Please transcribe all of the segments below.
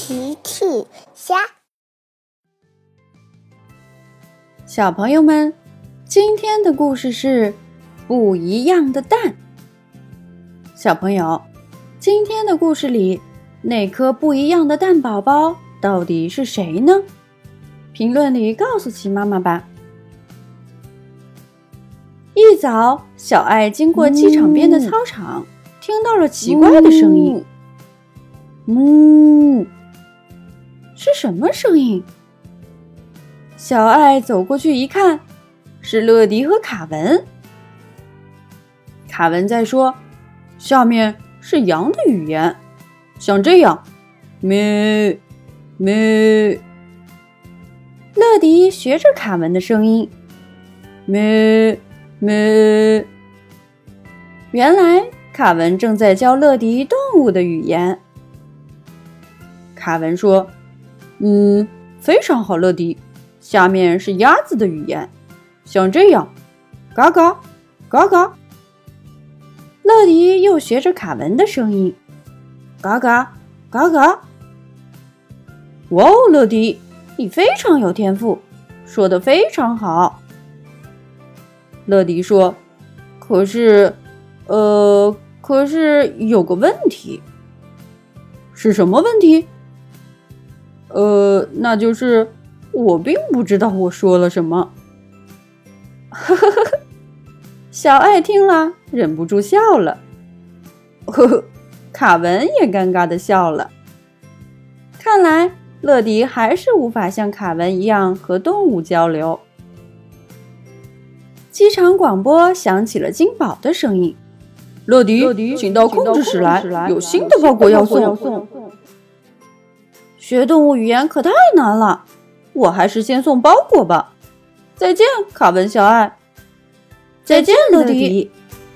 奇趣虾。 小朋友们，今天的故事是不一样的蛋。小朋友，今天的故事里，那颗不一样的蛋宝宝到底是谁呢？评论里告诉奇妈妈吧。一早，小爱经过机场边的操场，听到了奇怪的声音。是什么声音？小爱走过去一看，是乐迪和卡文。卡文在说，下面是羊的语言，像这样，咩咩。乐迪学着卡文的声音，咩咩。原来卡文正在教乐迪动物的语言。卡文说，非常好，乐迪。下面是鸭子的语言，像这样，嘎嘎嘎嘎。乐迪又学着卡文的声音，嘎嘎嘎嘎。哇哦，乐迪，你非常有天赋，说得非常好。乐迪说，可是有个问题。是什么问题？那就是我并不知道我说了什么。呵呵呵，小爱听了忍不住笑了。呵呵，卡文也尴尬地笑了。看来乐迪还是无法像卡文一样和动物交流。机场广播响起了金宝的声音：乐迪，请到控制室来，有新的包裹要送。学动物语言可太难了，我还是先送包裹吧。再见，卡文小爱。再见，乐迪。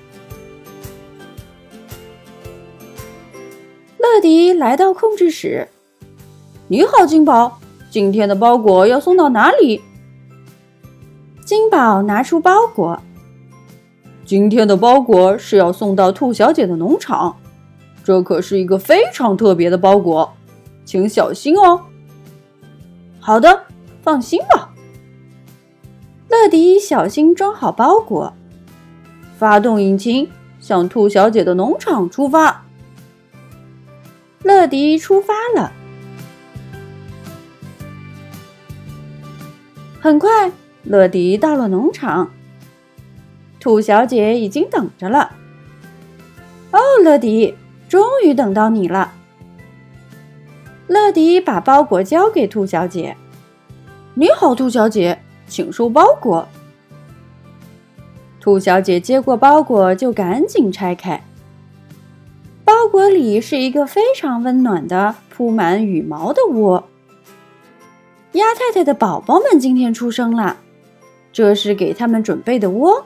乐迪来到控制室。你好，金宝，今天的包裹要送到哪里？金宝拿出包裹。今天的包裹是要送到兔小姐的农场，这可是一个非常特别的包裹，请小心哦。好的，放心吧。乐迪小心装好包裹，发动引擎，向兔小姐的农场出发。乐迪出发了。很快，乐迪到了农场，兔小姐已经等着了。哦，乐迪，终于等到你了。乐迪把包裹交给兔小姐。你好，兔小姐，请收包裹。兔小姐接过包裹就赶紧拆开。包裹里是一个非常温暖的铺满羽毛的窝。鸭太太的宝宝们今天出生了，这是给他们准备的窝。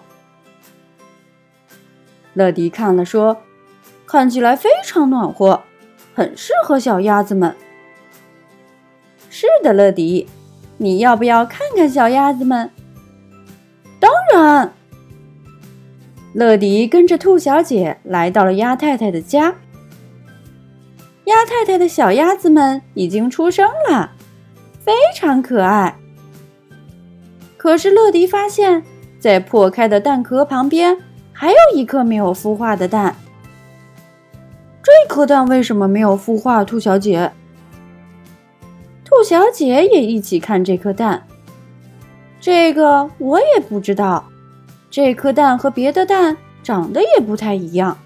乐迪看了说，看起来非常暖和，很适合小鸭子们。是的，乐迪，你要不要看看小鸭子们？当然。乐迪跟着兔小姐来到了鸭太太的家。鸭太太的小鸭子们已经出生了，非常可爱。可是乐迪发现，在破开的蛋壳旁边还有一颗没有孵化的蛋。这颗蛋为什么没有孵化，兔小姐？兔小姐也一起看这颗蛋。这个我也不知道，这颗蛋和别的蛋长得也不太一样。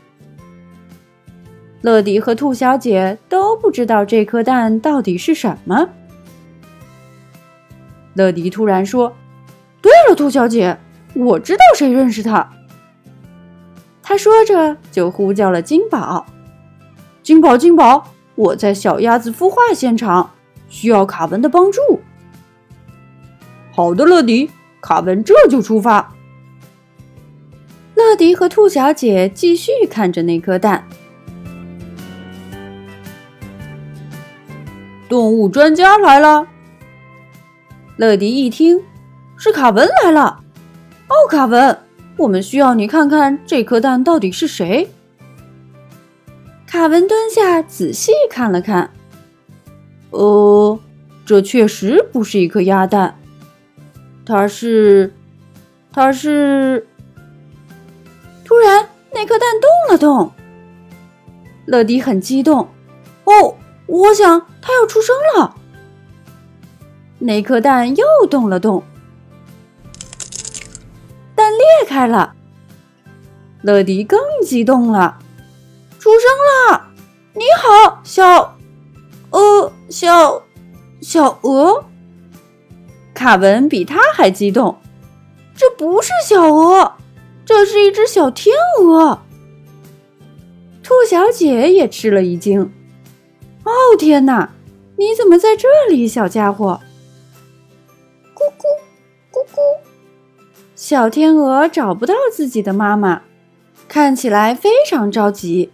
乐迪和兔小姐都不知道这颗蛋到底是什么。乐迪突然说，对了，兔小姐，我知道谁认识它。他说着就呼叫了金宝。金宝，我在小鸭子孵化现场，需要卡文的帮助。好的，乐迪，卡文这就出发。乐迪和兔小姐继续看着那颗蛋。动物专家来了。乐迪一听，是卡文来了。哦，卡文，我们需要你看看这颗蛋到底是谁。卡文蹲下仔细看了看， 这确实不是一颗鸭蛋，它是……突然，那颗蛋动了动。乐迪很激动。哦，我想它要出生了。那颗蛋又动了动，蛋裂开了。乐迪更激动了。出生了！你好，小鹅。卡文比他还激动。这不是小鹅，这是一只小天鹅。兔小姐也吃了一惊。哦，天哪，你怎么在这里，小家伙？咕咕咕咕。小天鹅找不到自己的妈妈，看起来非常着急。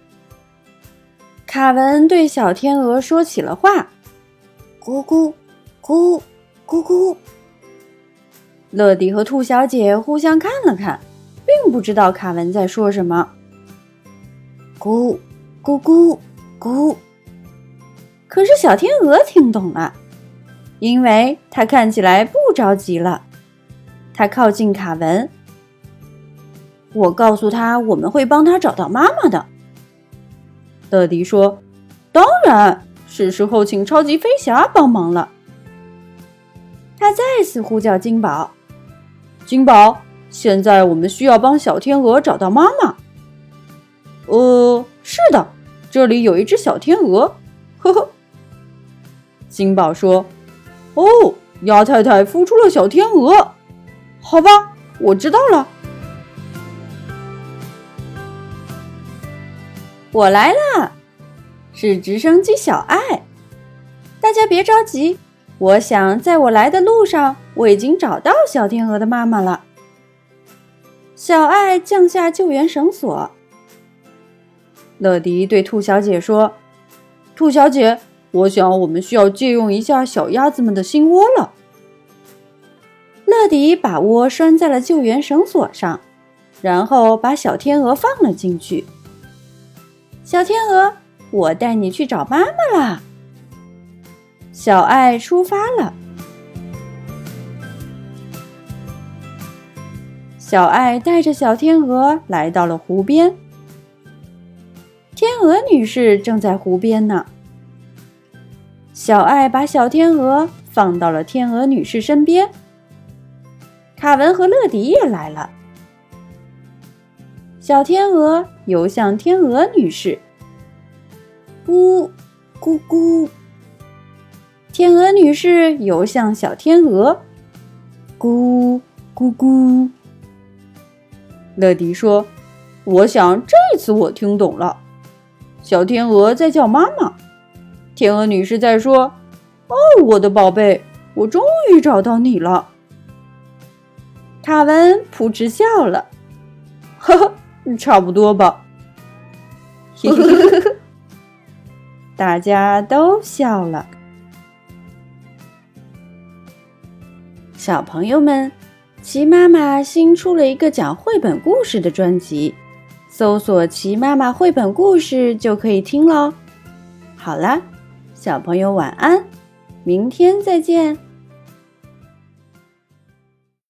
卡文对小天鹅说起了话。咕咕咕咕咕。乐迪和兔小姐互相看了看，并不知道卡文在说什么。咕咕咕咕。可是小天鹅听懂了，因为它看起来不着急了。它靠近卡文。我告诉他我们会帮他找到妈妈的。乐迪说，当然，是时候请超级飞侠帮忙了。他再次呼叫金宝。金宝，现在我们需要帮小天鹅找到妈妈。是的，这里有一只小天鹅。呵呵。金宝说，哦，鸭太太孵出了小天鹅。好吧，我知道了。我来了，是直升机小爱。大家别着急，我想在我来的路上，我已经找到小天鹅的妈妈了。小爱降下救援绳索。乐迪对兔小姐说，兔小姐，我想我们需要借用一下小鸭子们的新窝了。乐迪把窝拴在了救援绳索上，然后把小天鹅放了进去。小天鹅，我带你去找妈妈啦！小爱出发了。小爱带着小天鹅来到了湖边。天鹅女士正在湖边呢。小爱把小天鹅放到了天鹅女士身边。卡文和乐迪也来了。小天鹅游向天鹅女士。咕咕咕。天鹅女士游向小天鹅。咕咕咕。乐迪说，我想这次我听懂了。小天鹅在叫妈妈，天鹅女士在说，哦，我的宝贝，我终于找到你了。卡文扑哧笑了。呵呵，差不多吧。大家都笑了。小朋友们，奇妈妈新出了一个讲绘本故事的专辑，搜索奇妈妈绘本故事就可以听咯。好啦，小朋友晚安，明天再见。